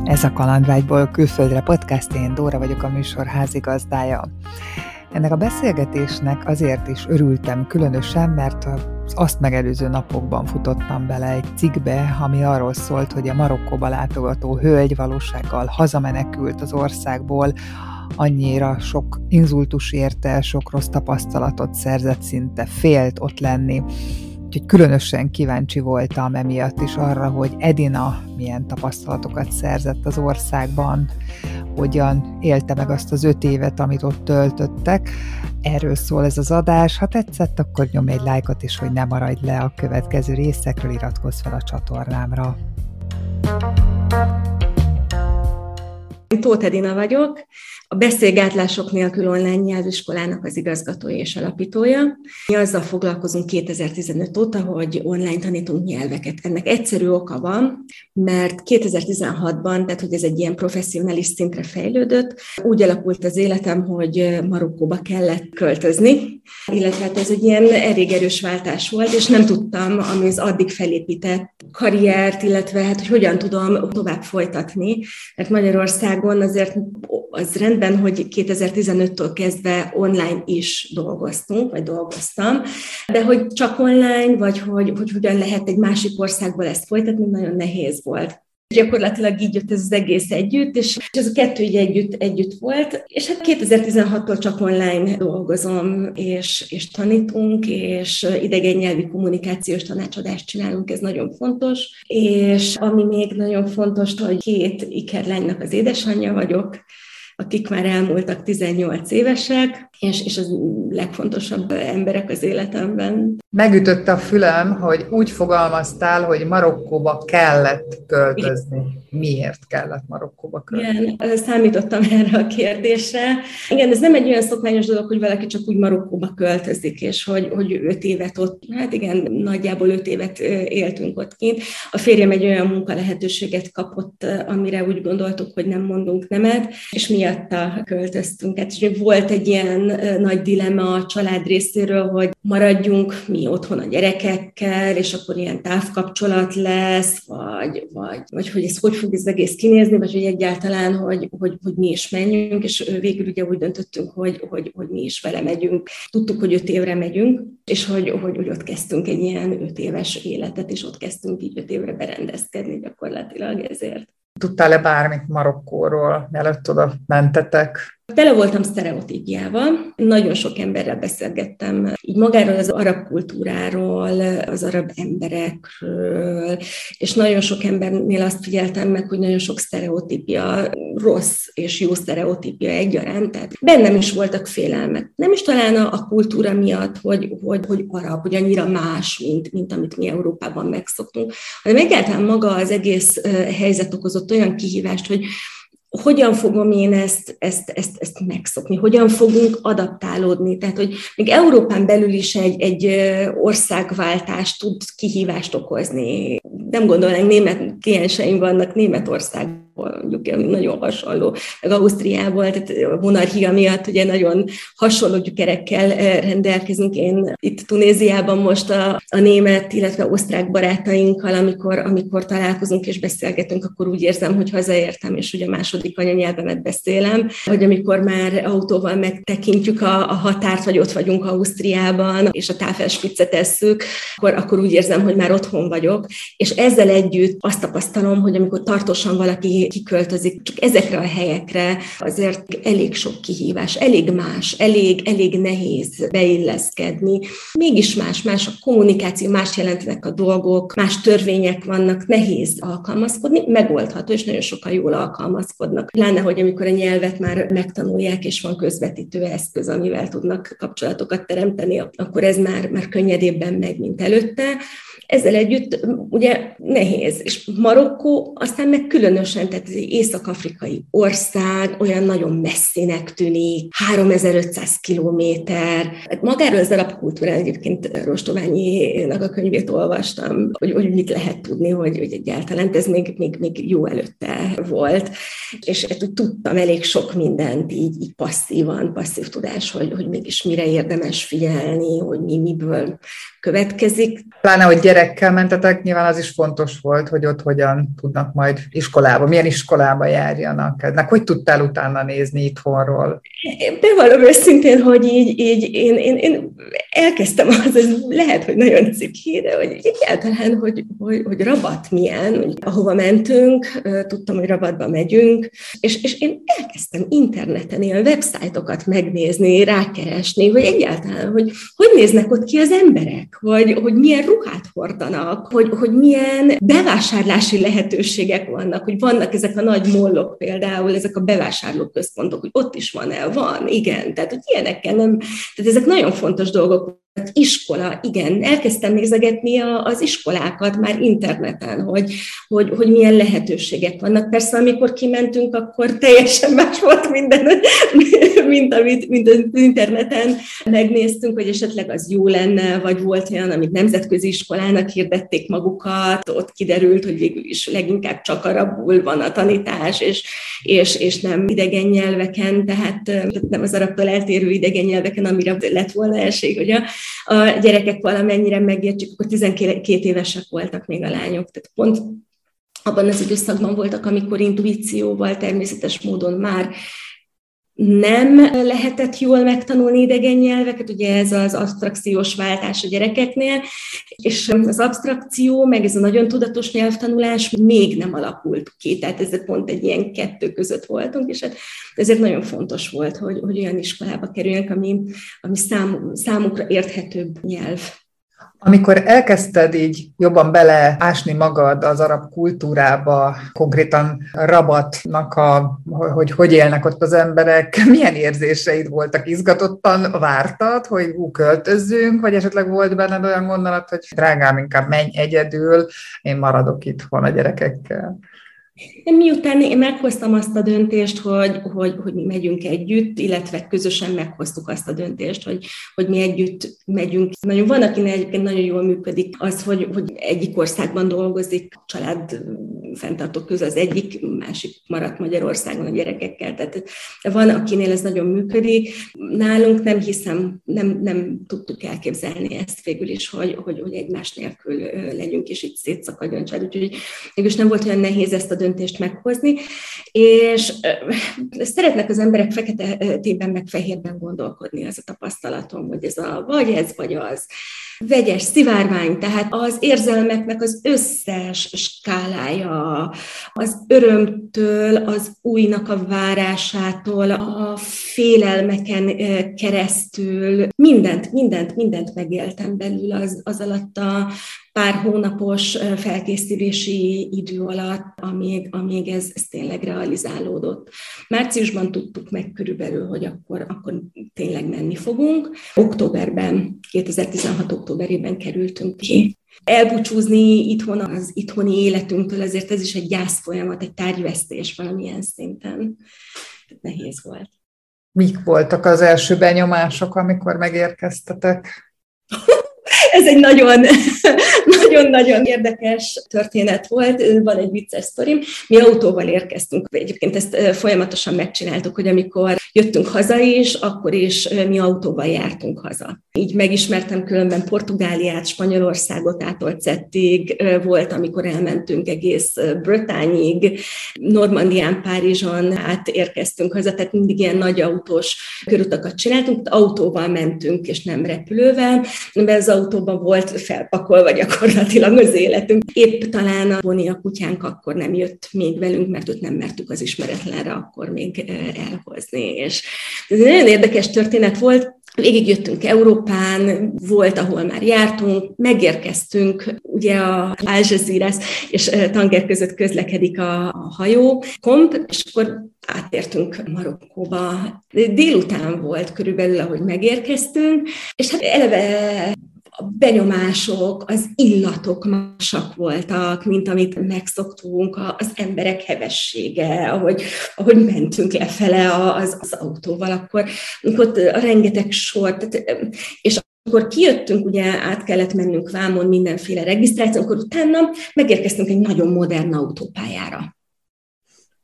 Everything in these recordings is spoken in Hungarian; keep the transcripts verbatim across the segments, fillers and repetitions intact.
Ez a Kalandvágyból külföldre podcast, én Dóra vagyok, a műsor házigazdája. Ennek a beszélgetésnek azért is örültem különösen, mert az azt megelőző napokban futottam bele egy cikkbe, ami arról szólt, hogy a Marokkóba látogató hölgy valósággal hazamenekült az országból, annyira sok inzultus érte, sok rossz tapasztalatot szerzett, szinte félt ott lenni. Úgyhogy különösen kíváncsi voltam emiatt is arra, hogy Edina milyen tapasztalatokat szerzett az országban, hogyan élte meg azt az öt évet, amit ott töltöttek. Erről szól ez az adás. Ha tetszett, akkor nyomj egy lájkot, és hogy ne maradj le a következő részekről, iratkozz fel a csatornámra. Tóth Edina vagyok, a Beszélgátlások nélkül online nyelviskolának az igazgatója és alapítója. Mi azzal foglalkozunk kétezer-tizenöt óta, hogy online tanítunk nyelveket. Ennek egyszerű oka van, mert kétezer-tizenhatban, tehát hogy ez egy ilyen professzionális szintre fejlődött, úgy alakult az életem, hogy Marokkóba kellett költözni, illetve hát ez egy ilyen elég erős váltás volt, és nem tudtam, ami az addig felépített karriert, illetve hát, hogy hogyan tudom tovább folytatni, mert Magyarországon azért az rendben, hogy kétezer-tizenöttől kezdve online is dolgoztunk, vagy dolgoztam, de hogy csak online, vagy hogy, hogy hogyan lehet egy másik országból ezt folytatni, nagyon nehéz volt. Gyakorlatilag így jött ez az egész együtt, és ez a kettő így együtt, együtt volt, és hát kétezer-tizenhattól csak online dolgozom, és, és tanítunk, és idegen nyelvi kommunikációs tanácsadást csinálunk, ez nagyon fontos, és ami még nagyon fontos, hogy két ikerlánynak az édesanyja vagyok, akik már elmúltak tizennyolc évesek, és, és az legfontosabb emberek az életemben. Megütötte a fülem, hogy úgy fogalmaztál, hogy Marokkóba kellett költözni. Miért kellett Marokkóba költözni? Igen, számítottam erre a kérdésre. Igen, ez nem egy olyan szokványos dolog, hogy valaki csak úgy Marokkóba költözik, és hogy, hogy öt évet ott, hát igen, nagyjából öt évet éltünk ott kint. A férjem egy olyan munkalehetőséget kapott, amire úgy gondoltuk, hogy nem mondunk nemet, és miatta költöztünk. Hát volt egy ilyen nagy dilemma a család részéről, hogy maradjunk mi otthon a gyerekekkel, és akkor ilyen távkapcsolat lesz, vagy, vagy, vagy hogy ez hogy fog ez egész kinézni, vagy hogy egyáltalán, hogy, hogy, hogy mi is menjünk, és végül ugye úgy döntöttünk, hogy, hogy, hogy mi is vele megyünk. Tudtuk, hogy öt évre megyünk, és hogy, hogy, hogy ott kezdtünk egy ilyen öt éves életet, és ott kezdtünk így öt évre berendezkedni gyakorlatilag ezért. Tudtál-e bármit Marokkóról, mielőtt oda mentetek? Tele voltam sztereotípiával, nagyon sok emberrel beszélgettem, így magáról az arab kultúráról, az arab emberekről, és nagyon sok embernél azt figyeltem meg, hogy nagyon sok sztereotípia rossz és jó sztereotípia egyaránt, tehát bennem is voltak félelmek. Nem is talán a kultúra miatt, hogy, hogy, hogy arab, hogy annyira más, mint, mint amit mi Európában megszoktunk, hanem egyáltalán maga az egész helyzet okozott olyan kihívást, hogy hogyan fogom én ezt, ezt, ezt, ezt megszokni, hogyan fogunk adaptálódni. Tehát, hogy még Európán belül is egy, egy országváltás tud kihívást okozni. Nem gondolom, német klienseim vannak Németországban, mondjuk nagyon hasonló, meg Ausztriából, tehát a monarchia miatt ugye nagyon hasonló gyökerekkel rendelkezünk. Én itt Tunéziában most a, a német, illetve osztrák barátainkkal, amikor, amikor találkozunk és beszélgetünk, akkor úgy érzem, hogy hazaértem, és ugye a második anyanyelvemet beszélem, hogy amikor már autóval megtekintjük a, a határt, vagy ott vagyunk Ausztriában, és a táfelspiccet tesszük, akkor, akkor úgy érzem, hogy már otthon vagyok, és ezzel együtt azt tapasztalom, hogy amikor tartósan valaki kiköltözik, csak ezekre a helyekre azért elég sok kihívás, elég más, elég, elég nehéz beilleszkedni. Mégis más, más a kommunikáció, más jelentenek a dolgok, más törvények vannak, nehéz alkalmazkodni, megoldható, és nagyon sokan jól alkalmazkodnak. Pláne, hogy amikor a nyelvet már megtanulják, és van közvetítő eszköz, amivel tudnak kapcsolatokat teremteni, akkor ez már, már könnyedébben megy, mint előtte. Ezzel együtt ugye nehéz, és Marokkó aztán meg különösen, tehát ez egy észak-afrikai ország, olyan nagyon messzinek tűnik, háromezer-ötszáz kilométer. Magáról az arab kultúrán egyébként Rostoványinak a könyvét olvastam, hogy, hogy mit lehet tudni, hogy, hogy egyáltalán ez még, még, még jó előtte volt, és hát, tudtam elég sok mindent így, így passzívan, passzív tudás, hogy, hogy mégis mire érdemes figyelni, hogy mi miből következik. Pláne, hogy gyerekkel mentetek, nyilván az is fontos volt, hogy ott hogyan tudnak majd iskolába, milyen iskolába járjanak. Ennek hogy tudtál utána nézni itthonról? Bevallom őszintén, hogy így, így én, én, én elkezdtem az, ez lehet, hogy nagyon ciki, de hogy egyáltalán, hogy, hogy, hogy Rabat milyen, ahova mentünk, tudtam, hogy Rabatba megyünk, és, és én elkezdtem interneten ilyen websájtokat megnézni, rákeresni, hogy egyáltalán, hogy hogy néznek ott ki az emberek, vagy hogy milyen ruhát hordanak, hogy, hogy milyen bevásárlási lehetőségek vannak, hogy vannak ezek a nagy mollok például, ezek a bevásárlóközpontok, hogy ott is van-e, van, igen, tehát hogy ilyenekkel nem, tehát ezek nagyon fontos dolgok. Iskola, igen, elkezdtem nézegetni az iskolákat már interneten, hogy, hogy, hogy milyen lehetőségek vannak. Persze, amikor kimentünk, akkor teljesen más volt minden, mint amit mint az interneten megnéztünk, hogy esetleg az jó lenne, vagy volt olyan, amit nemzetközi iskolának hirdették magukat, ott kiderült, hogy végül is leginkább csak arabul van a tanítás, és, és, és nem idegen nyelveken, tehát nem az arabtól eltérő idegen nyelveken, amire lett volna esély, hogy a a gyerekek valamennyire megértsék, akkor tizenkét évesek voltak még a lányok. Tehát pont abban az időszakban voltak, amikor intuícióval természetes módon már nem lehetett jól megtanulni idegen nyelveket, ugye ez az absztrakciós váltás a gyerekeknél, és az absztrakció, meg ez a nagyon tudatos nyelvtanulás még nem alakult ki, tehát ez pont egy ilyen kettő között voltunk, és ezért nagyon fontos volt, hogy, hogy olyan iskolába kerüljünk, ami, ami szám, számukra érthetőbb nyelv. Amikor elkezdted így jobban beleásni magad az arab kultúrába, konkrétan Rabatnak, a, hogy hogy élnek ott az emberek, milyen érzéseid voltak? Izgatottan vártad, hogy hú, költözzünk, vagy esetleg volt benned olyan gondolat, hogy drágám, inkább menj egyedül, én maradok itthon a gyerekekkel? Miután én meghoztam azt a döntést, hogy, hogy, hogy mi megyünk együtt, illetve közösen meghoztuk azt a döntést, hogy, hogy mi együtt megyünk. Nagyon, van, akinek egyébként nagyon jól működik az, hogy, hogy egyik országban dolgozik, család fenntartók közül az egyik, másik maradt Magyarországon a gyerekekkel. Tehát van, akinél ez nagyon működik. Nálunk nem hiszem, nem, nem tudtuk elképzelni ezt végül is, hogy, hogy, hogy egymás nélkül legyünk, és így szétszakadjon család. Úgyhogy végül is nem volt olyan nehéz ezt a döntést meghozni, és szeretnek az emberek feketében meg fehérben gondolkodni, az a tapasztalatom, hogy ez a vagy ez, vagy az. Vegyes, szivárvány, tehát az érzelmeknek az összes skálája, az örömtől, az újnak a várásától, a félelmeken keresztül, mindent, mindent, mindent megéltem belül az, az alatt a pár hónapos felkészülési idő alatt, amíg, amíg ez, ez tényleg realizálódott. Márciusban tudtuk meg körülbelül, hogy akkor, akkor tényleg menni fogunk. Októberben, kétezer-tizenhat októberében kerültünk ki. Elbúcsúzni itthon az itthoni életünktől, azért ez is egy gyászfolyamat, egy tárgyvesztés valamilyen szinten. Nehéz volt. Mik voltak az első benyomások, amikor megérkeztetek? Ez egy nagyon, nagyon-nagyon érdekes történet volt, van egy vicces sztorim. Mi autóval érkeztünk, egyébként ezt folyamatosan megcsináltuk, hogy amikor jöttünk haza is, akkor is mi autóval jártunk haza. Így megismertem különben Portugáliát, Spanyolországot, ától Cettig, volt, amikor elmentünk egész Brötányig, Normandián, Párizson át érkeztünk haza, tehát mindig ilyen nagy autós körutakat csináltunk, autóval mentünk, és nem repülővel, mert az autóban volt felpakolva gyakorlatilag az életünk. Épp talán a Boni, a kutyánk akkor nem jött még velünk, mert őt nem mertük az ismeretlenre akkor még elhozni. És ez egy nagyon érdekes történet volt. Végig jöttünk Európán, volt, ahol már jártunk, megérkeztünk, ugye a Algeciras és Tanger között közlekedik a, a hajó, komp, és akkor áttértünk Marokkóba. Délután volt körülbelül, ahogy megérkeztünk, és hát eleve a benyomások, az illatok másak voltak, mint amit megszoktunk, az emberek hevessége, ahogy, ahogy mentünk lefele az, az autóval, akkor ott a rengeteg sor, tehát, és akkor kijöttünk, ugye át kellett mennünk vámon mindenféle regisztráció, akkor utána megérkeztünk egy nagyon modern autópályára,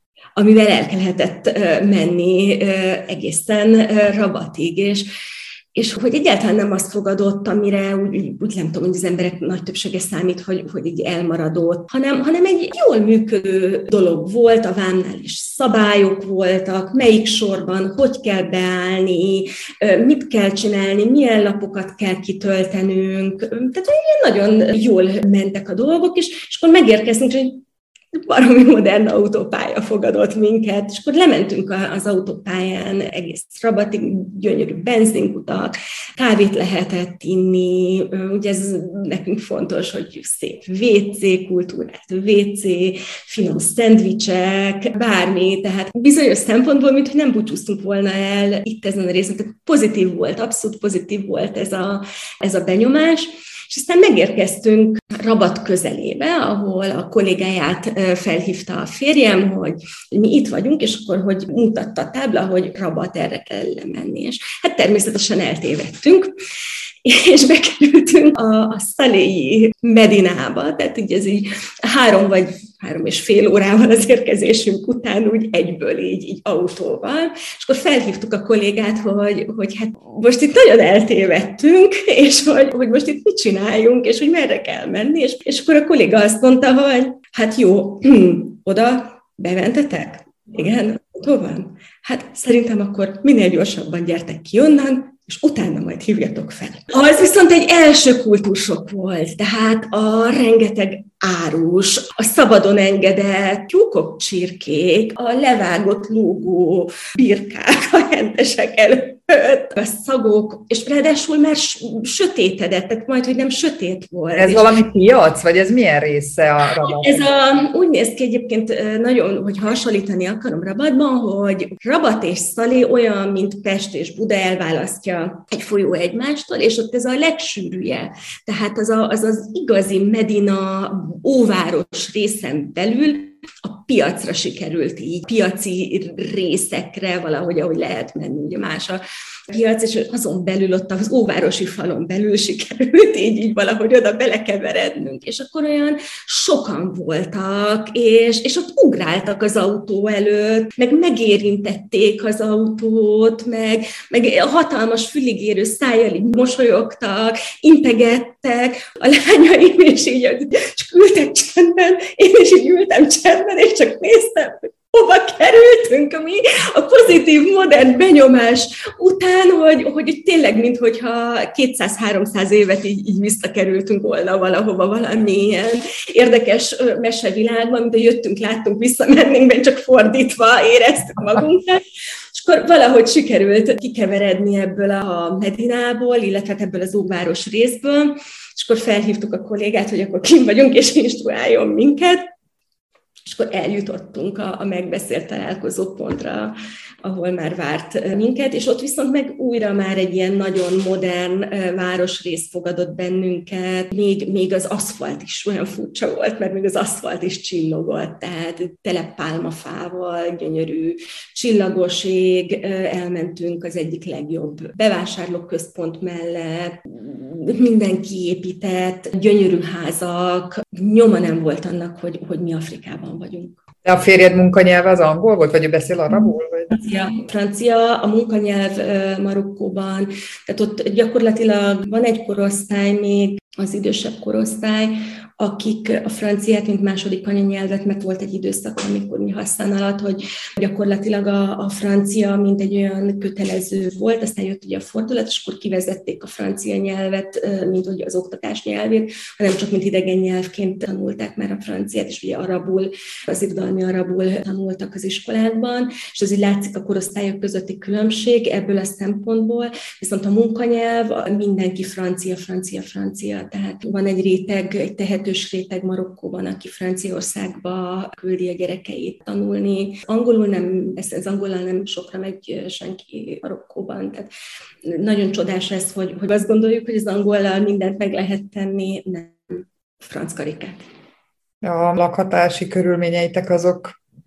amivel el lehetett menni egészen Rabatig, és és hogy egyáltalán nem azt fogadott, amire úgy, úgy nem tudom, hogy az emberek nagy többsége számít, hogy, hogy így elmaradott, hanem, hanem egy jól működő dolog volt, a vámnál is szabályok voltak, melyik sorban, hogy kell beállni, mit kell csinálni, milyen lapokat kell kitöltenünk, tehát nagyon jól mentek a dolgok, és, és akkor megérkeztünk, hogy baromi modern autópálya fogadott minket, és akkor lementünk az autópályán egész Rabatig, gyönyörű benzinkutak, kávét lehetett inni, ugye ez nekünk fontos, hogy szép vé cé kultúrát, vé cé, finom szendvicsek, bármi, tehát bizonyos szempontból, mint hogy nem búcsúztunk volna el itt ezen a részen, tehát pozitív volt, abszolút pozitív volt ez a, ez a benyomás. És aztán megérkeztünk Rabat közelébe, ahol a kollégáját felhívta a férjem, hogy mi itt vagyunk, és akkor hogy mutatta a tábla, hogy Rabat, erre kell lemenni. És hát természetesen eltévedtünk, és bekerültünk a, a szaléhi Medinába, tehát ugye ez így három vagy három és fél órával az érkezésünk után úgy egyből így, így autóval, és akkor felhívtuk a kollégát, hogy, hogy hát most itt nagyon eltévedtünk, és hogy, hogy most itt mit csináljunk, és hogy merre kell menni, és, és akkor a kolléga azt mondta, hogy hát jó, oda bementetek? Igen, ott van. Hát szerintem akkor minél gyorsabban gyertek ki onnan, és utána majd hívjatok fel. Az viszont egy első kultúrsok volt, tehát a rengeteg árus, a szabadon engedett tyúkok, csirkék, a levágott lógó birkák a hentesek előtt, a szagok, és ráadásul már sötétedett, tehát majd, hogy nem sötét volt. Ez valami piac, vagy ez milyen része a Rabat? Ez a, úgy néz ki egyébként nagyon, hogy hasonlítani akarom Rabatban, hogy Rabat és Szalé olyan, mint Pest és Buda, elválasztja egy folyó egymástól, és ott ez a legsűrűje. Tehát az az, az igazi Medina óváros részen belül a piacra sikerült így, piaci részekre valahogy, ahogy lehet menni, ugye más a piac, és azon belül ott az óvárosi falon belül sikerült így, így valahogy oda belekeverednünk, és akkor olyan sokan voltak, és, és ott ugráltak az autó előtt, meg megérintették az autót, meg, meg hatalmas füligérő szájjal így mosolyogtak, integettek, a lányaim is így csak ültek csendben, én is így ültem csendben, és csak néztem, hogy hova kerültünk, mi a pozitív, modern benyomás után, hogy, hogy tényleg, minthogyha kétszáz-háromszáz évet így, így visszakerültünk volna valahova, valamilyen érdekes mesevilágban, mint hogy jöttünk, láttunk, visszamennénk, csak fordítva éreztük magunkat. És akkor valahogy sikerült kikeveredni ebből a Medinából, illetve ebből az óváros részből, és akkor felhívtuk a kollégát, hogy akkor kint vagyunk, és instruáljon minket. És akkor eljutottunk a, a megbeszélt találkozópontra, ahol már várt minket, és ott viszont meg újra már egy ilyen nagyon modern városrész fogadott bennünket, még, még az aszfalt is olyan furcsa volt, mert még az aszfalt is csillogott, tehát tele pálmafával, gyönyörű csillagos ég, elmentünk az egyik legjobb bevásárlóközpont mellett, minden kiépített, gyönyörű házak, nyoma nem volt annak, hogy, hogy mi Afrikában vagyunk. De a férjed munkanyelve az angol volt, vagy ő beszél arabul? Francia, francia, a munkanyelv Marokkóban, tehát ott gyakorlatilag van egy korosztály még, az idősebb korosztály, akik a franciát, mint második anyanyelvet, mert volt egy időszak, amikor mi használat, hogy gyakorlatilag a, a francia mint egy olyan kötelező volt, aztán jött ugye a fordulat, és akkor kivezették a francia nyelvet, mint ugye az oktatás nyelvét, hanem csak mint idegen nyelvként tanulták már a franciát, és ugye arabul, az irodalmi arabul tanultak az iskolákban, és az így látszik a korosztályok közötti különbség ebből a szempontból, viszont a munkanyelv mindenki francia, francia, francia, tehát van egy réteg, egy tehetős réteg Marokkóban, aki Franciaországba küldi a gyerekeit tanulni. Angolul nem, ez az angollal nem sokra megy senki Marokkóban, tehát nagyon csodás ez, hogy, hogy azt gondoljuk, hogy az angollal mindent meg lehet tenni, nem franc karikát. A lakhatási körülményeitek azok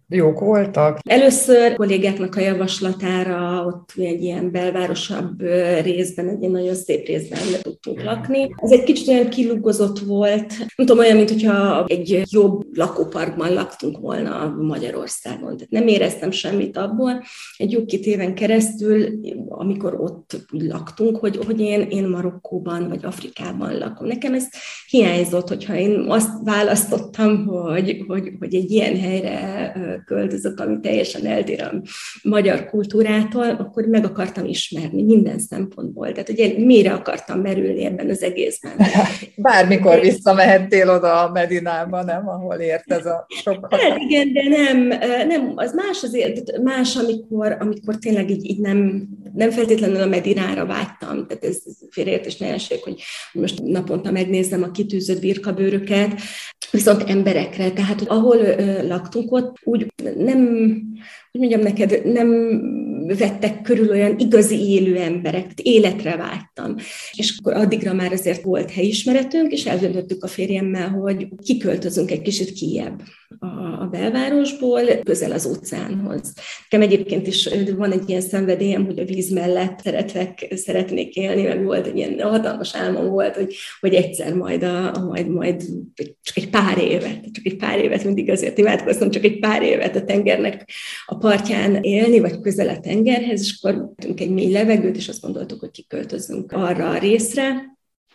Jók voltak? Először kollégáknak a javaslatára ott egy ilyen belvárosabb részben, egy ilyen nagyon szép részben le tudtunk lakni. Ez egy kicsit olyan kilugozott volt, nem tudom, olyan, mintha egy jobb lakóparkban laktunk volna Magyarországon. Tehát nem éreztem semmit abból. Egy jó két éven keresztül, amikor ott úgy laktunk, hogy, hogy én, én Marokkóban vagy Afrikában lakom. Nekem ez hiányzott, hogyha én azt választottam, hogy, hogy, hogy egy ilyen helyre költözök, ami teljesen eltér a magyar kultúrától, akkor meg akartam ismerni minden szempontból. Tehát ugye mire akartam merülni ebben az egészben. Bármikor visszamehettél oda a Medinába, nem? Ahol ért ez a sok határ. Hát igen, de nem, nem, az más azért, más, amikor, amikor tényleg így, így nem, nem feltétlenül a Medinára vágytam. Tehát ez, ez félreértés ne essék, hogy most naponta megnézzem a kitűzött birkabőröket, viszont emberekre, tehát ahol ö, laktunk ott, úgy nem, hogy mondjam neked, nem vettek körül olyan igazi élő emberek, tehát életre vágytam. És akkor addigra már azért volt helyismeretünk, és eldöntöttük a férjemmel, hogy kiköltözünk egy kicsit kijebb a, a belvárosból, közel az óceánhoz. Nekem egyébként is van egy ilyen szenvedélyem, hogy a víz mellett szeretek, szeretnék élni, meg volt egy ilyen hatalmas álmom volt, hogy, hogy egyszer majd, a, a, majd, majd csak egy pár évet, csak egy pár évet, mindig azért imádkoztam, csak egy pár évet a tengernek a partján élni, vagy közel a tengerhez, és akkor vettünk egy mély levegőt, és azt gondoltuk, hogy kiköltözünk arra a részre,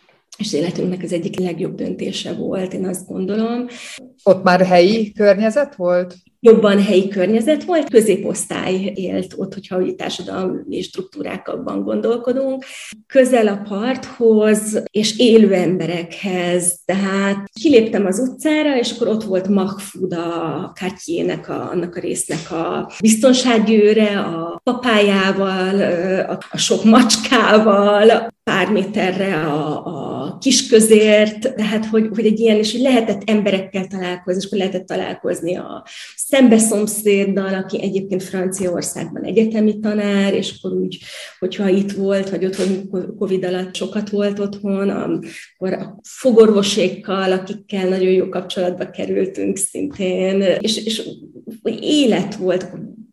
és életünknek az egyik legjobb döntése volt, én azt gondolom. Ott már helyi környezet volt? Jobban helyi környezet volt, középosztály élt ott, hogyha úgy társadalmi struktúrákban gondolkodunk. Közel a parthoz, és élő emberekhez, tehát kiléptem az utcára, és akkor ott volt Mahfoud, a Cartiernek, a, annak a résznek a biztonsági őre, a papájával, a, a sok macskával, pár méterre a, a kisközért, tehát hogy, hogy egy ilyen, és hogy lehetett emberekkel találkozni, és akkor lehetett találkozni a szembeszomszéddal, aki egyébként Franciaországban egyetemi tanár, és akkor úgy, hogyha itt volt, vagy otthon Covid alatt sokat volt otthon, akkor a fogorvosékkal, akikkel nagyon jó kapcsolatba kerültünk szintén, és, és élet volt,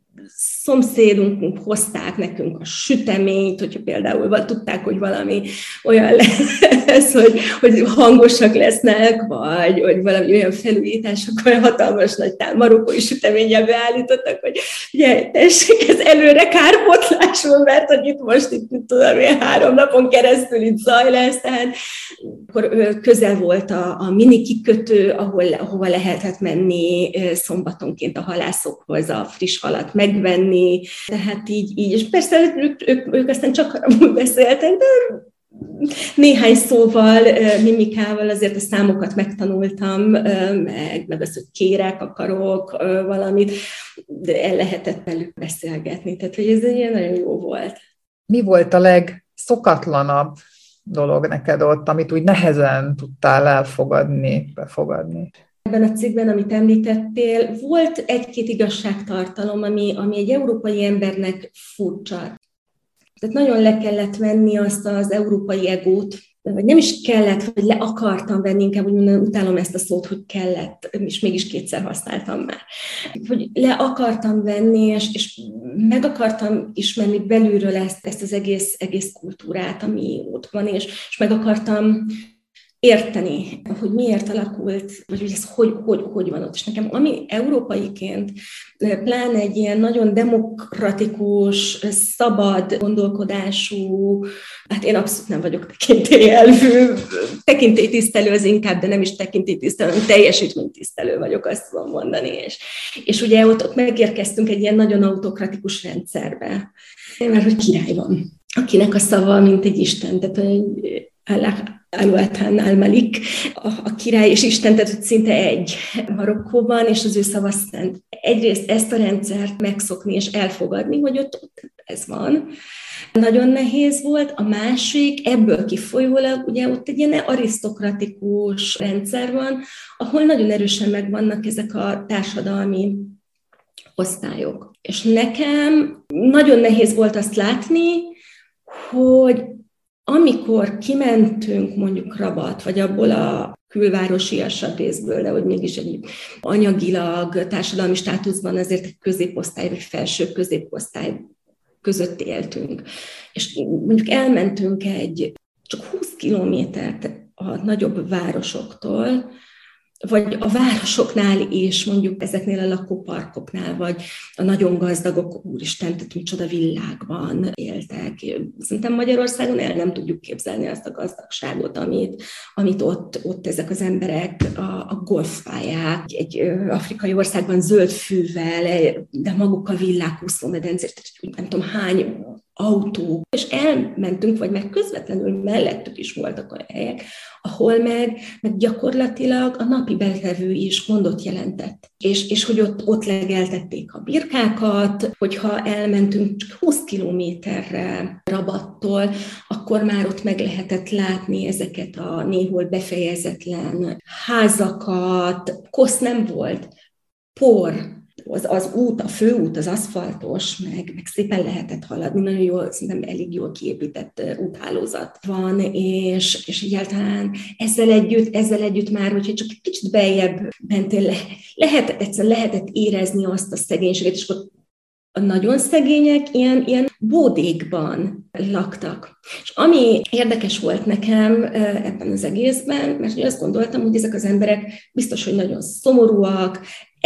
szomszédunk hozták nekünk a süteményt, hogyha például tudták, hogy valami olyan lesz, hogy, hogy hangosak lesznek, vagy hogy valami olyan felújítás, akkor hatalmas nagy marokkói süteménnyel beállítottak, hogy ugye, tessék, ez előre kárpótlásul, mert hogy itt most itt, tudom én, három napon keresztül itt zaj lesz, tehát akkor közel volt a, a mini kikötő, ahol, ahova lehetett menni szombatonként a halászokhoz a friss halat megvenni, tehát így, így, és persze ők, ők, ők aztán csak arra beszéltek, de néhány szóval, mimikával azért a számokat megtanultam, meg, meg azt, hogy kérek, akarok valamit, de el lehetett velük beszélgetni, tehát hogy ez egy ilyen nagyon jó volt. Mi volt a legszokatlanabb dolog neked ott, amit úgy nehezen tudtál elfogadni, befogadni? Ebben a cikkben, amit említettél, volt egy-két igazságtartalom, ami, ami egy európai embernek furcsa. Tehát nagyon le kellett venni azt az európai egót, vagy nem is kellett, vagy le akartam venni, inkább úgy mondom, utálom ezt a szót, hogy kellett, és mégis kétszer használtam már. Hogy le akartam venni, és, és meg akartam ismerni belülről ezt, ezt az egész, egész kultúrát, ami ott van, és, és meg akartam érteni, hogy miért alakult, vagy hogy ez hogy, hogy, hogy van ott. És nekem, ami európaiként, pláne egy ilyen nagyon demokratikus, szabad gondolkodású, hát én abszolút nem vagyok tekintélyelvű, tekintélytisztelő az inkább, de nem is tekintélytisztelő, hanem teljesítménytisztelő vagyok, azt tudom mondani. És, és ugye ott, ott megérkeztünk egy ilyen nagyon autokratikus rendszerbe, mert hogy király van, akinek a szava, mint egy isten, tehát egy Al-Watan al-Malik, a, a király és Isten, tehát hogy szinte egy Marokkóban, és az ő szava szent. Egyrészt ezt a rendszert megszokni és elfogadni, hogy ott, ott ez van. Nagyon nehéz volt. A másik, ebből kifolyólag, ugye ott egy ilyen arisztokratikus rendszer van, ahol nagyon erősen megvannak ezek a társadalmi osztályok. És nekem nagyon nehéz volt azt látni, hogy amikor kimentünk mondjuk Rabat, vagy abból a külvárosiasabb részből, de hogy mégis egy anyagilag, társadalmi státuszban azért egy középosztály vagy felső középosztály között éltünk. És mondjuk elmentünk egy csak húsz kilométert a nagyobb városoktól, vagy a városoknál is, mondjuk ezeknél a lakóparkoknál, vagy a nagyon gazdagok, úristen, tehát micsoda világban éltek. Szerintem Magyarországon el nem tudjuk képzelni azt a gazdagságot, amit, amit ott, ott ezek az emberek, a, a golfpályák, egy afrikai országban zöld fűvel, de maguk a villák, úszómedencés, tehát nem tudom hány autó, és elmentünk, vagy meg közvetlenül mellettük is voltak olyan helyek, ahol meg, meg gyakorlatilag a napi belevő is gondot jelentett. És, és hogy ott, ott legeltették a birkákat, hogyha elmentünk csak húsz kilométerre Rabattól, akkor már ott meg lehetett látni ezeket a néhol befejezetlen házakat. Kosz nem volt, por. Az, az út, a főút, az aszfaltos, meg, meg szépen lehetett haladni, nagyon jól, szerintem elég jól kiépített úthálózat van, és, és egyáltalán ezzel együtt, ezzel együtt már, hogyha csak egy kicsit beljebb mentél, le, lehet, egyszerűen lehetett érezni azt a szegénységet, és akkor a nagyon szegények ilyen, ilyen bódékban laktak. És ami érdekes volt nekem ebben az egészben, mert azt gondoltam, hogy ezek az emberek biztos, hogy nagyon szomorúak,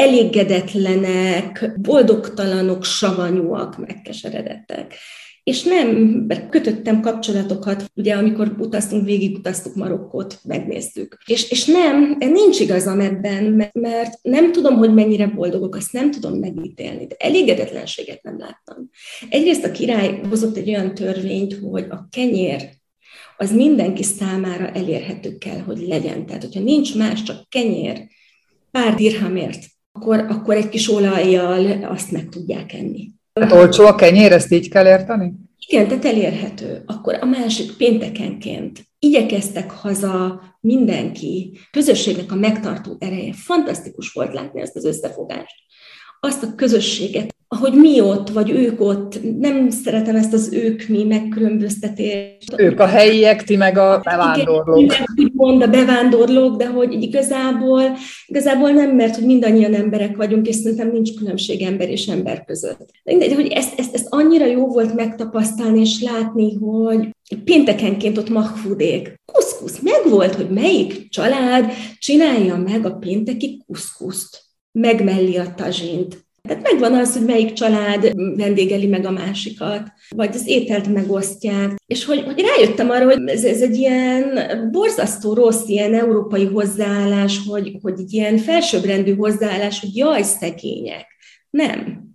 elégedetlenek, boldogtalanok, savanyúak, megkeseredettek. És nem kötöttem kapcsolatokat, ugye amikor utaztunk, végigutaztuk Marokkót, megnéztük. És, és nem, nincs igazam ebben, mert nem tudom, hogy mennyire boldogok, azt nem tudom megítélni, de elégedetlenséget nem láttam. Egyrészt a király hozott egy olyan törvényt, hogy a kenyér az mindenki számára elérhető kell, hogy legyen. Tehát, hogyha nincs más, csak kenyér, pár dirhamért, akkor, akkor egy kis olajjal azt meg tudják enni. Hát olcsó a kenyér, ezt így kell érteni? Igen, tehát elérhető. Akkor a másik péntekenként igyekeztek haza mindenki, közösségnek a megtartó ereje. Fantasztikus volt látni ezt az összefogást. Azt a közösséget, ahogy mi ott, vagy ők ott, nem szeretem ezt az ők-mi megkülönböztetést. Ők a helyiek, ti meg a bevándorlók. Igen, úgymond a bevándorlók, de hogy igazából, igazából nem, mert hogy mindannyian emberek vagyunk, és szerintem nincs különbség ember és ember között. De hogy ezt, ezt, ezt annyira jó volt megtapasztalni és látni, hogy péntekenként ott Mahfudék. Kuszkusz, megvolt, hogy melyik család csinálja meg a pénteki kuszkuszt, megmelli a tazsint. Tehát megvan az, hogy melyik család vendégeli meg a másikat, vagy az ételt megosztják. És hogy, hogy rájöttem arra, hogy ez, ez egy ilyen borzasztó rossz, ilyen európai hozzáállás, hogy, hogy egy ilyen felsőbbrendű hozzáállás, hogy jaj, szegények. Nem.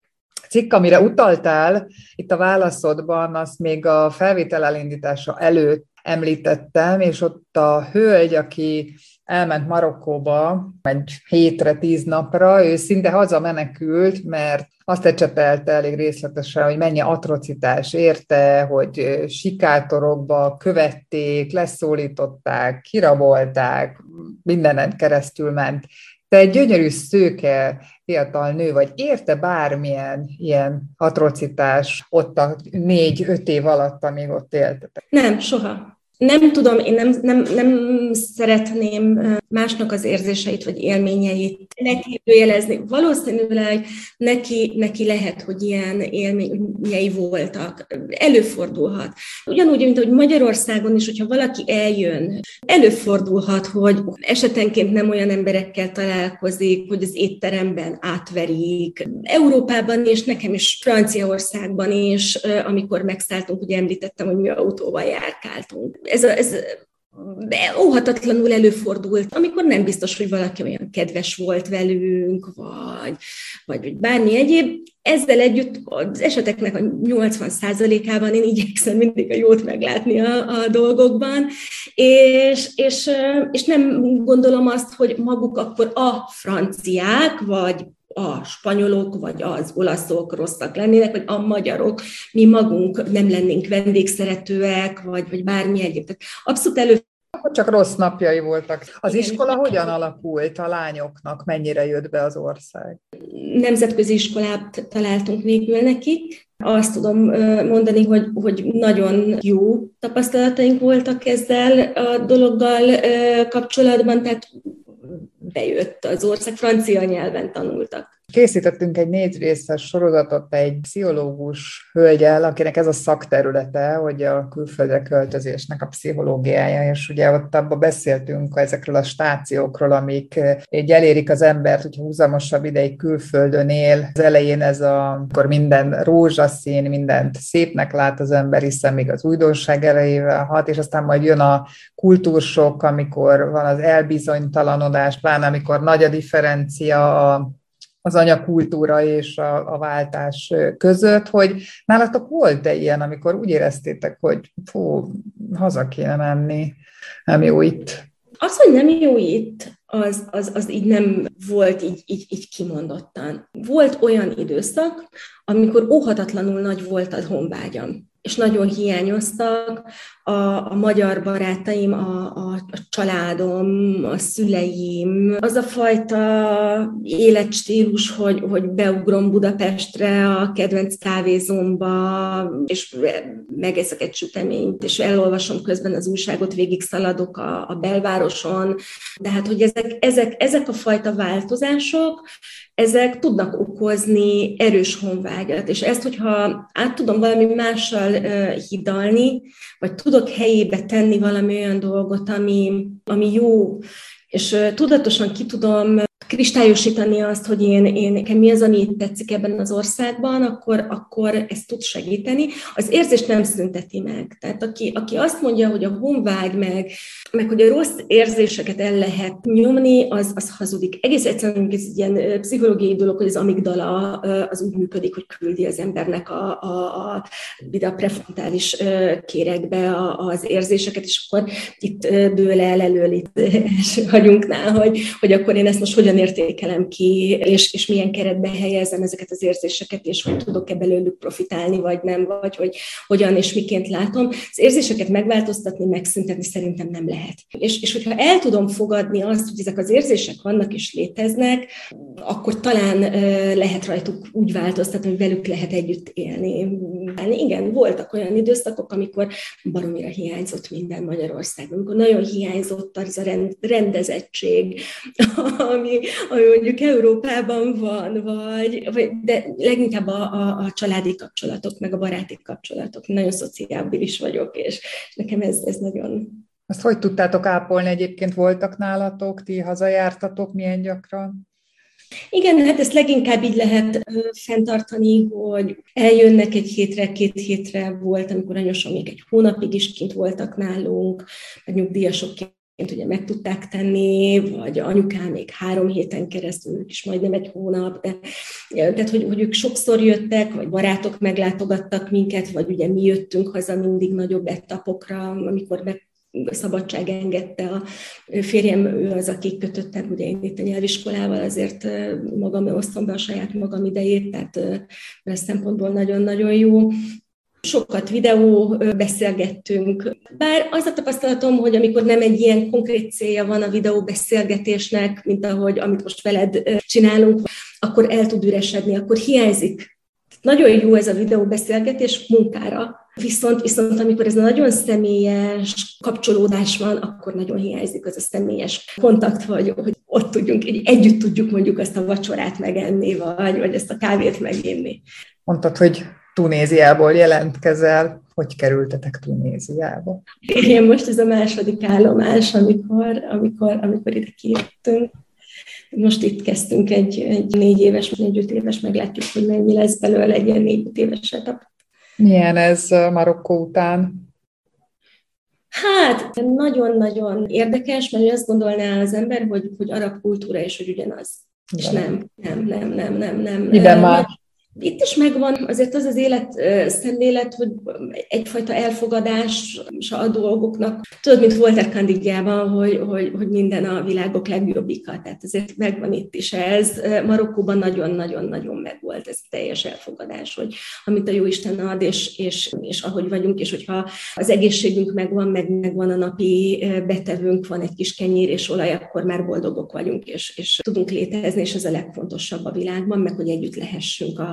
A cikk, amire utaltál itt a válaszodban, azt még a felvétel elindítása előtt említettem, és ott a hölgy, aki elment Marokkóba egy hétre, tíz napra, ő szinte hazamenekült, mert azt ecsetelte elég részletesen, hogy mennyi atrocitás érte, hogy sikátorokba követték, leszólították, kirabolták, mindenen keresztül ment. Te egy gyönyörű, szőke fiatal nő vagy, érte bármilyen ilyen atrocitás ott a négy-öt év alatt, amíg ott éltetek? Nem, soha. Nem tudom, én nem, nem, nem szeretném másnak az érzéseit vagy élményeit megkérdőjelezni. Valószínűleg neki, neki lehet, hogy ilyen élményei voltak. Előfordulhat. Ugyanúgy, mint hogy Magyarországon is, hogyha valaki eljön, előfordulhat, hogy esetenként nem olyan emberekkel találkozik, hogy az étteremben átverik. Európában és nekem is Franciaországban is, amikor megszálltunk, ugye említettem, hogy mi autóval járkáltunk. Ez, a, ez óhatatlanul előfordult, amikor nem biztos, hogy valaki olyan kedves volt velünk, vagy, vagy, vagy bármi egyéb. Ezzel együtt az eseteknek a nyolcvan százalékában én igyekszem mindig a jót meglátni a, a dolgokban, és, és, és nem gondolom azt, hogy maguk akkor a franciák, vagy a spanyolok, vagy az olaszok rosszak lennének, vagy a magyarok, mi magunk nem lennénk vendégszeretőek, vagy, vagy bármi egyéb. Tehát abszolút elő. Csak rossz napjai voltak. Az Igen. iskola hogyan alakult a lányoknak? Mennyire jött be az ország? Nemzetközi iskolát találtunk végül nekik. Azt tudom mondani, hogy, hogy nagyon jó tapasztalataink voltak ezzel a dologgal kapcsolatban, tehát bejött az ország, francia nyelven tanultak. Készítettünk egy négy részes sorozatot egy pszichológus hölgyel, akinek ez a szakterülete, hogy a külföldre költözésnek a pszichológiája, és ugye ott abban beszéltünk ezekről a stációkról, amik így elérik az embert, hogyha húzamosabb ideig külföldön él. Az elején ez a, amikor minden rózsaszín, mindent szépnek lát az ember, hiszen még az újdonság elejével hat, és aztán majd jön a kultúrsok, amikor van az elbizonytalanodás, pláne amikor nagy a differencia a az anyakultúra és a, a váltás között, hogy nálatok volt-e ilyen, amikor úgy éreztétek, hogy fú, haza kéne menni, nem jó itt? Az, hogy nem jó itt, az, az, az így nem volt így, így, így kimondottan. Volt olyan időszak, amikor óhatatlanul nagy volt a honvágyam, és nagyon hiányoztak a, a magyar barátaim, a, a, a családom, a szüleim. Az a fajta életstílus, hogy, hogy beugrom Budapestre a kedvenc kávézómba, és megeszek egy süteményt, és elolvasom közben az újságot, végig szaladok a, a belvároson. Tehát, hogy ezek, ezek, ezek a fajta változások, ezek tudnak okozni erős honvágyat, és ezt, hogyha át tudom valami mással uh, hidalni, vagy tudok helyébe tenni valami olyan dolgot, ami, ami jó, és uh, tudatosan ki tudom kristályosítani azt, hogy én, én nekem mi az, ami tetszik ebben az országban, akkor, akkor ez tud segíteni. Az érzést nem szünteti meg. Tehát aki, aki azt mondja, hogy a honvágy meg, meg hogy a rossz érzéseket el lehet nyomni, az, az hazudik. Egész egyszerűen ez egy ilyen pszichológiai dolog, hogy az amigdala az úgy működik, hogy küldi az embernek a, a, a, a prefrontális kéregbe az érzéseket, és akkor itt dől el elől, itt és hagyunknál, hogy, hogy akkor én ezt most hogyan értékelem ki, és, és milyen keretbe helyezem ezeket az érzéseket, és hogy tudok-e belőlük profitálni, vagy nem, vagy hogy hogyan és miként látom. Az érzéseket megváltoztatni, megszüntetni szerintem nem lehet. És, és hogyha el tudom fogadni azt, hogy ezek az érzések vannak és léteznek, akkor talán lehet rajtuk úgy változtatni, hogy velük lehet együtt élni. Igen, voltak olyan időszakok, amikor baromira hiányzott minden Magyarországon, amikor nagyon hiányzott az a rendezettség, ami, ami mondjuk Európában van, vagy, vagy de leginkább a, a, a családi kapcsolatok, meg a baráti kapcsolatok. Nagyon szociábilis vagyok, és nekem ez, ez nagyon... Azt hogy tudtátok ápolni? Egyébként voltak nálatok, ti hazajártatok, milyen gyakran? Igen, hát ezt leginkább így lehet fenntartani, hogy eljönnek egy hétre, két hétre volt, amikor anyosan még egy hónapig is kint voltak nálunk, a nyugdíjasokként ugye meg tudták tenni, vagy anyukám még három héten keresztül, ők is majdnem egy hónap, de tehát, hogy, hogy ők sokszor jöttek, vagy barátok meglátogattak minket, vagy ugye mi jöttünk haza mindig nagyobb etapokra, amikor meg szabadság engedte a férjem, ő az, aki kötöttem, ugye én itt a nyelviskolával, azért magam osztom be a saját magam idejét, tehát ez szempontból nagyon-nagyon jó. Sokat videó beszélgettünk, bár az a tapasztalatom, hogy amikor nem egy ilyen konkrét célja van a videóbeszélgetésnek, mint ahogy amit most veled csinálunk, akkor el tud üresedni, akkor hiányzik. Nagyon jó ez a videóbeszélgetés munkára, viszont, viszont amikor ez a nagyon személyes kapcsolódás van, akkor nagyon hiányzik az a személyes kontakt, vagy hogy ott tudjunk, együtt tudjuk mondjuk azt a vacsorát megenni, vagy, vagy ezt a kávét meginni. Mondtad, hogy Tunéziából jelentkezel. Hogy kerültetek Tunéziába? Igen, most ez a második állomás, amikor, amikor, amikor ide kijöttünk. Most itt kezdtünk egy, egy négy éves, négy-öt éves, meglátjuk, hogy mennyi lesz belőle egy ilyen négy-öt éves etap. Milyen ez Marokkó után? Hát, nagyon-nagyon érdekes, mert azt gondolná az ember, hogy, hogy arab kultúra, és hogy ugyanaz. De. És nem, nem, nem, nem, nem, nem. Ide már. Itt is megvan azért az az élet szemlélet, hogy egyfajta elfogadás a dolgoknak. Tudod, mint Walter Candidiában, hogy, hogy, hogy minden a világok legjobbika. Tehát azért megvan itt is ez. Marokkóban nagyon-nagyon-nagyon megvolt ez a teljes elfogadás, hogy amit a Jóisten ad, és, és, és ahogy vagyunk, és hogyha az egészségünk megvan, meg megvan a napi betevőnk, van egy kis kenyér és olaj, akkor már boldogok vagyunk, és, és tudunk létezni, és ez a legfontosabb a világban, meg hogy együtt lehessünk a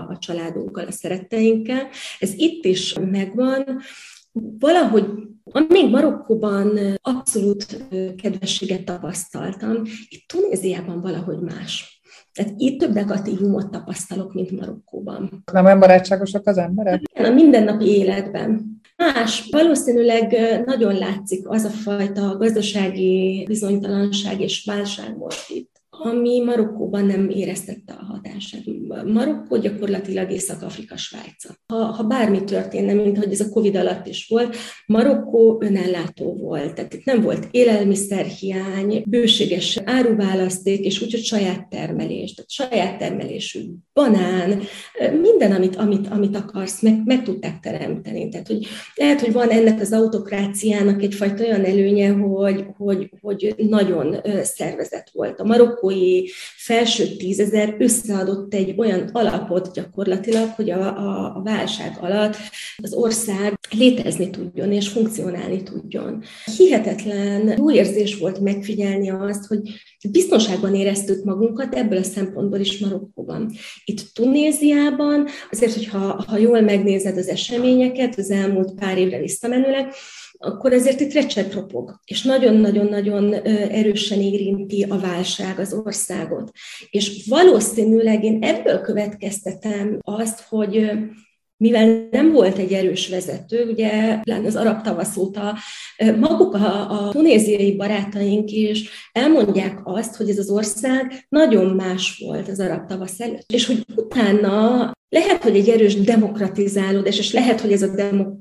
a családunkkal, a szeretteinkkel. Ez itt is megvan. Valahogy, amíg Marokkóban abszolút kedvességet tapasztaltam, itt Tunéziában valahogy más. Tehát itt több negatívumot tapasztalok, mint Marokkóban. Nem olyan barátságosak az emberek? A mindennapi életben. Más, valószínűleg nagyon látszik az a fajta gazdasági bizonytalanság és válság most itt, ami Marokkóban nem éreztette a hatását. Marokkó gyakorlatilag Észak-Afrika Svájca. Ha, ha bármi történne, mint hogy ez a Covid alatt is volt, Marokkó önellátó volt. Tehát itt nem volt élelmiszerhiány, bőséges áruválaszték, és úgyhogy saját termelés. Tehát saját termelésű banán, minden, amit, amit, amit akarsz, meg, meg tudták teremteni. Tehát, hogy lehet, hogy van ennek az autokráciának egyfajta olyan előnye, hogy, hogy, hogy nagyon szervezett volt. A marokkói felső tízezer összeadott egy olyan alapot gyakorlatilag, hogy a, a, a válság alatt az ország létezni tudjon és funkcionálni tudjon. Hihetetlen jó érzés volt megfigyelni azt, hogy biztonságban éreztük magunkat ebből a szempontból is Marokkóban. Itt Tunéziában, azért, hogyha ha jól megnézed az eseményeket az elmúlt pár évre visszamenőleg, akkor azért itt recseg ropog, és nagyon-nagyon-nagyon erősen érinti a válság az országot. És valószínűleg én ebből következtetem azt, hogy mivel nem volt egy erős vezető, ugye az arab tavasz óta maguk a, a tunéziai barátaink is elmondják azt, hogy ez az ország nagyon más volt az arab tavasz előtt. És hogy utána lehet, hogy egy erős demokratizálódás, és lehet, hogy ez a demokrácia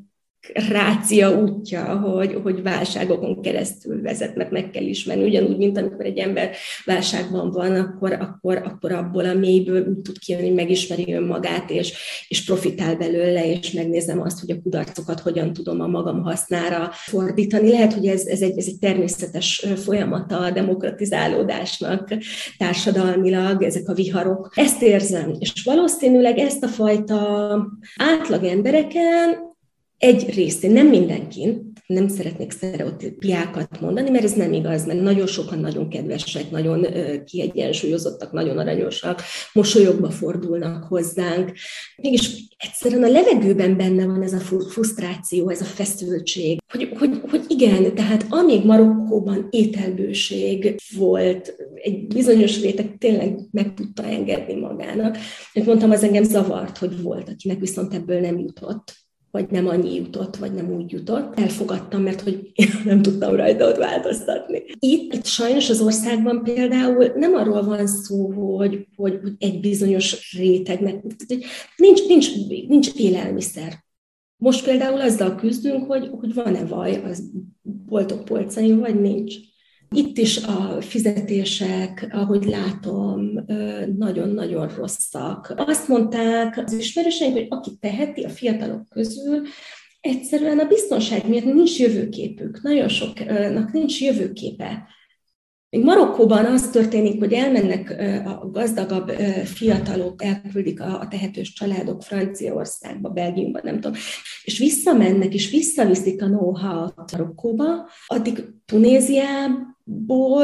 rácia útja, hogy, hogy válságokon keresztül vezet, mert meg kell ismerni. Ugyanúgy, mint amikor egy ember válságban van, akkor, akkor, akkor abból a mélyből úgy tud kijönni, hogy megismeri önmagát, és, és profitál belőle, és megnézem azt, hogy a kudarcokat hogyan tudom a magam hasznára fordítani. Lehet, hogy ez, ez, egy, ez egy természetes folyamata a demokratizálódásnak társadalmilag, ezek a viharok. Ezt érzem, és valószínűleg ezt a fajta átlag embereken egy részén, nem mindenkin, nem szeretnék sztereotípiákat mondani, mert ez nem igaz, mert nagyon sokan nagyon kedvesek, nagyon kiegyensúlyozottak, hogy aranyosak, mosolyogva fordulnak hozzánk. Mégis egyszerűen a levegőben benne van ez a frusztráció, ez a feszültség, hogy, hogy, hogy igen, tehát amíg Marokkóban ételbőség volt, egy bizonyos réteg tényleg meg tudta engedni magának. Mint mondtam, az engem zavart, hogy volt, akinek viszont ebből nem jutott, vagy nem annyi jutott, vagy nem úgy jutott. Elfogadtam, mert hogy nem tudtam rajta ott változtatni. Itt, itt sajnos az országban például nem arról van szó, hogy, hogy, hogy egy bizonyos rétegnek, nincs, nincs, nincs élelmiszer. Most például azzal küzdünk, hogy, hogy van-e vaj az boltok polcain, vagy nincs. Itt is a fizetések, ahogy látom, nagyon-nagyon rosszak. Azt mondták az ismerőseink, hogy aki teheti a fiatalok közül, egyszerűen a biztonság miatt nincs jövőképük. Nagyon soknak nincs jövőképe. Még Marokkóban az történik, hogy elmennek a gazdagabb fiatalok, elküldik a tehetős családok Franciaországba, Belgiumba, nem tudom, és visszamennek, és visszaviszik a know-how-t Marokkóba, addig Tunéziából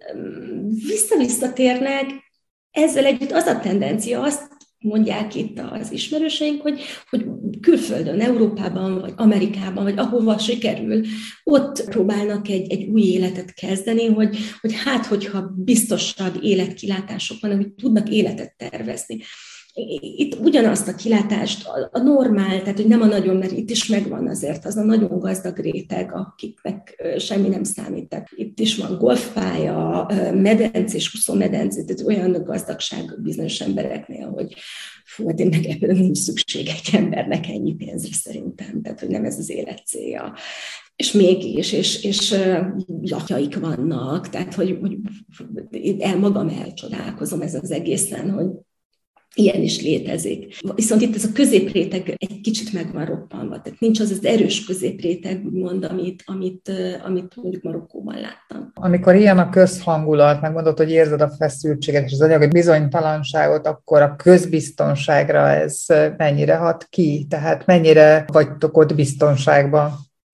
vissza-visszatérnek, ezzel együtt az a tendencia, azt mondják itt az ismerőseink, hogy, hogy külföldön, Európában, vagy Amerikában, vagy ahova sikerül, ott próbálnak egy, egy új életet kezdeni, hogy, hogy hát, hogyha biztosabb életkilátások vannak, hogy tudnak életet tervezni. Itt ugyanazt a kilátást, a normál, tehát hogy nem a nagyon, mert itt is megvan azért az a nagyon gazdag réteg, akiknek semmi nem számít. Tehát itt is van golfpálya, medencés, úszómedencé, tehát olyan gazdagság bizonyos embereknél, hogy fú, hát én meg ebből nincs szükség egy embernek ennyi pénzre szerintem, tehát hogy nem ez az élet célja. És mégis, és, és jatjaik vannak, tehát hogy, hogy el magam elcsodálkozom ez az egészen, hogy ilyen is létezik. Viszont itt ez a középréteg egy kicsit meg van roppanva, tehát nincs az az erős középréteg, úgymond, amit, amit, amit mondjuk Marokkóban láttam. Amikor ilyen a közhangulat, megmondod, hogy érzed a feszültséget és az anyagi bizonytalanságot, akkor a közbiztonságra ez mennyire hat ki? Tehát mennyire vagytok ott biztonságban?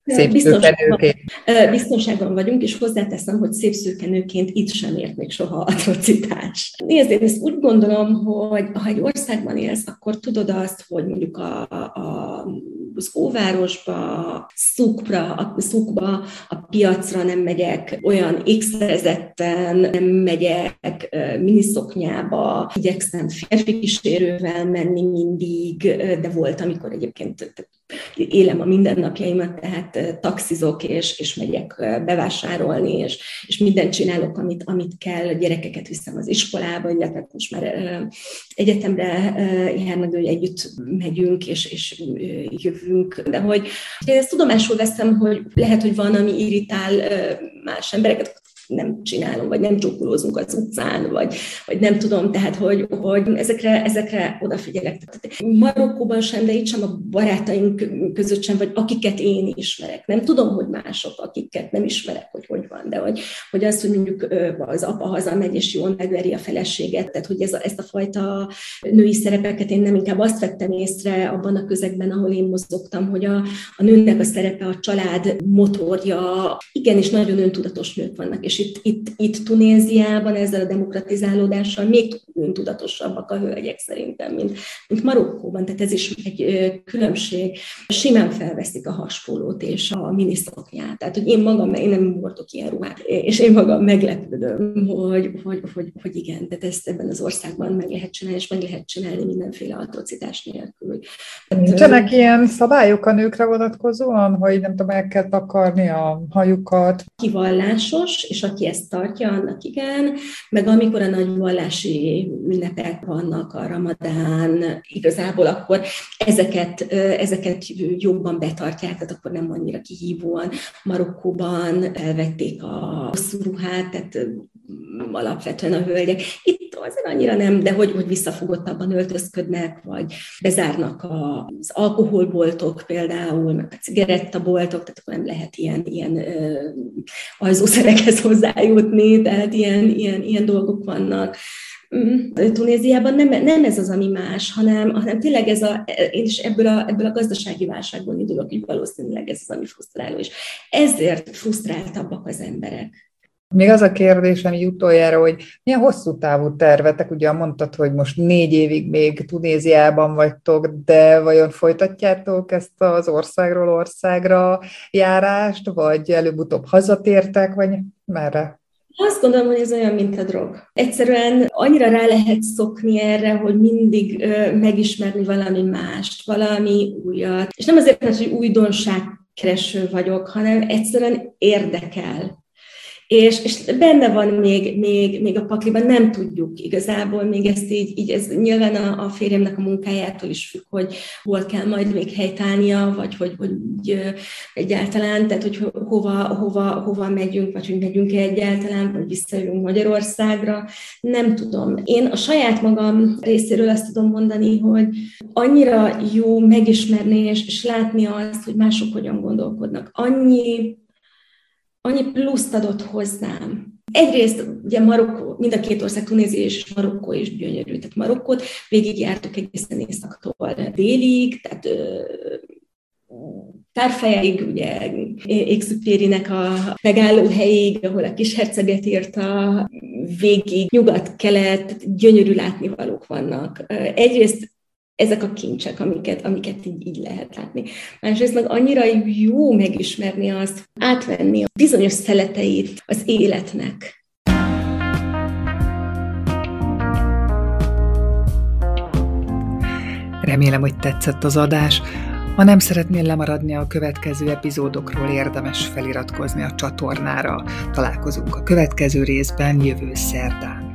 Szép szőkenőként. Biztonságban vagyunk, és hozzáteszem, hogy szép szőkenőként itt sem ért még soha atrocitás. Nézd, én ezt úgy gondolom, hogy ha egy országban élsz, akkor tudod azt, hogy mondjuk a, a, az óvárosba, szukra, a szukba, a piacra nem megyek, olyan ékszerezetten nem megyek, miniszoknyába, igyekszem férfi kísérővel menni mindig, de volt, amikor egyébként élem a mindennapjaimat, tehát taxizok, és, és megyek bevásárolni, és, és mindent csinálok, amit, amit kell, a gyerekeket viszem az iskolába, illetve most már egyetemre járnak, hogy együtt megyünk, és, és jövünk. De hogy én ezt tudomásul veszem, hogy lehet, hogy van, ami irritál más embereket, nem csinálom, vagy nem csókolózunk az utcán, vagy, vagy nem tudom, tehát, hogy, hogy ezekre, ezekre odafigyelek. Marokkóban sem, de itt sem a barátaink között sem, vagy akiket én ismerek. Nem tudom, hogy mások, akiket nem ismerek, hogy hogy van, de hogy, hogy az, hogy mondjuk az apa hazamegy, és jól megveri a feleséget, tehát, hogy ez a, ezt a fajta női szerepeket én nem inkább azt vettem észre abban a közegben, ahol én mozogtam, hogy a, a nőnek a szerepe, a család motorja, igenis nagyon öntudatos nők vannak, és itt, itt, itt Tunéziában ezzel a demokratizálódással még öntudatosabbak a hölgyek szerintem, mint, mint Marokkóban, tehát ez is egy ö, különbség. Simán felveszik a haspólót és a miniszoknyát, tehát hogy én magam, én nem voltok ilyen ruhát, és én magam meglepődöm, hogy, hogy, hogy, hogy igen, tehát ezt ebben az országban meg lehet csinálni, és meg lehet csinálni mindenféle atrocitás nélkül. Nincsenek ö, ilyen szabályok a nőkre vonatkozóan, hogy nem tudom, el kell takarni a hajukat? Kivallásos, és aki ezt tartja, annak igen, meg amikor a nagy vallási ünnepek vannak, a Ramadán, igazából akkor ezeket, ezeket jobban betartják, tehát akkor nem annyira kihívóan. Marokkóban elvették a hosszú ruhát, tehát alapvetően a hölgyek. Itt azért annyira nem, de hogy, hogy visszafogottabban öltözködnek, vagy bezárnak az alkoholboltok például, meg a cigarettaboltok, tehát akkor nem lehet ilyen, ilyen ö, alzószerekhez hozzájutni, tehát ilyen, ilyen, ilyen dolgok vannak. Tunéziában nem, nem ez az, ami más, hanem, hanem tényleg ez a, én is ebből a, ebből a gazdasági válságból indulok, hogy valószínűleg ez az, ami frusztráló, és ezért frusztráltabbak az emberek. Még az a kérdésem így utoljára, hogy milyen hosszú távú tervetek, ugye mondtad, hogy most négy évig még Tunéziában vagytok, de vajon folytatjátok ezt az országról országra járást, vagy előbb-utóbb hazatértek, vagy merre? Azt gondolom, hogy ez olyan, mint a drog. Egyszerűen annyira rá lehet szokni erre, hogy mindig ö, megismerni valami mást, valami újat. És nem azért, mert hogy újdonságkereső vagyok, hanem egyszerűen érdekel. És, és benne van még, még, még a pakliban, nem tudjuk igazából, még ezt így, így ez nyilván a, a férjemnek a munkájától is függ, hogy hol kell majd még helytállnia, vagy hogy, hogy egyáltalán, tehát hogy hova, hova, hova megyünk, vagy hogy megyünk-e egyáltalán, vagy visszajövünk Magyarországra, nem tudom. Én a saját magam részéről azt tudom mondani, hogy annyira jó megismerni és, és látni azt, hogy mások hogyan gondolkodnak. Annyi annyi pluszt adott hozzám. Egyrészt ugye Marokkó, mind a két ország, Tunézia és Marokkó is gyönyörű. Tehát Marokkót végigjártuk egészen északtól délig, tehát Tárfejáig, ugye Exupérinek a megállóhelyig, ahol a kisherceget írta, végig nyugat-kelet, gyönyörű látnivalók vannak. Egyrészt ezek a kincsek, amiket, amiket így, így lehet látni. Másrészt meg annyira jó megismerni azt, átvenni a bizonyos szeleteit az életnek. Remélem, hogy tetszett az adás. Ha nem szeretnél lemaradni a következő epizódokról, érdemes feliratkozni a csatornára. Találkozunk a következő részben jövő szerdán.